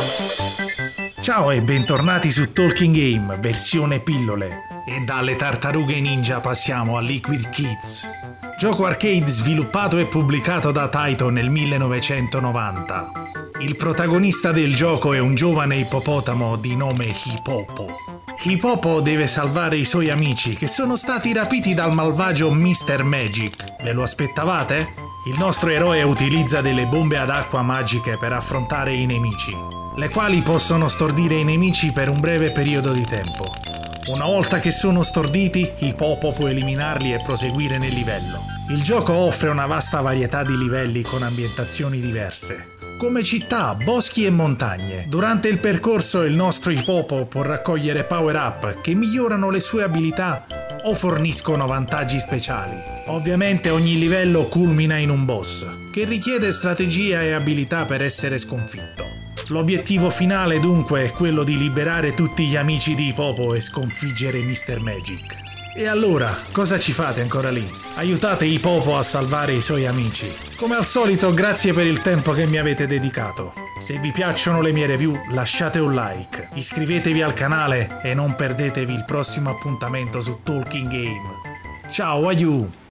Ciao e bentornati su Talking Game, versione pillole. E dalle tartarughe ninja passiamo a Liquid Kids. Gioco arcade sviluppato e pubblicato da Taito nel 1990. Il protagonista del gioco è un giovane ippopotamo di nome Hipopo. Hipopo deve salvare i suoi amici che sono stati rapiti dal malvagio Mr. Magic. Ve lo aspettavate? Il nostro eroe utilizza delle bombe ad acqua magiche per affrontare i nemici, le quali possono stordire i nemici per un breve periodo di tempo. Una volta che sono storditi, Hipopo può eliminarli e proseguire nel livello. Il gioco offre una vasta varietà di livelli con ambientazioni diverse, come città, boschi e montagne. Durante il percorso il nostro Hipopo può raccogliere power-up che migliorano le sue abilità o forniscono vantaggi speciali. Ovviamente ogni livello culmina in un boss, che richiede strategia e abilità per essere sconfitto. L'obiettivo finale dunque è quello di liberare tutti gli amici di Hipopo e sconfiggere Mr. Magic. E allora, cosa ci fate ancora lì? Aiutate Hipopo a salvare i suoi amici. Come al solito, grazie per il tempo che mi avete dedicato. Se vi piacciono le mie review, lasciate un like, iscrivetevi al canale e non perdetevi il prossimo appuntamento su Talking Game. Ciao, aiù!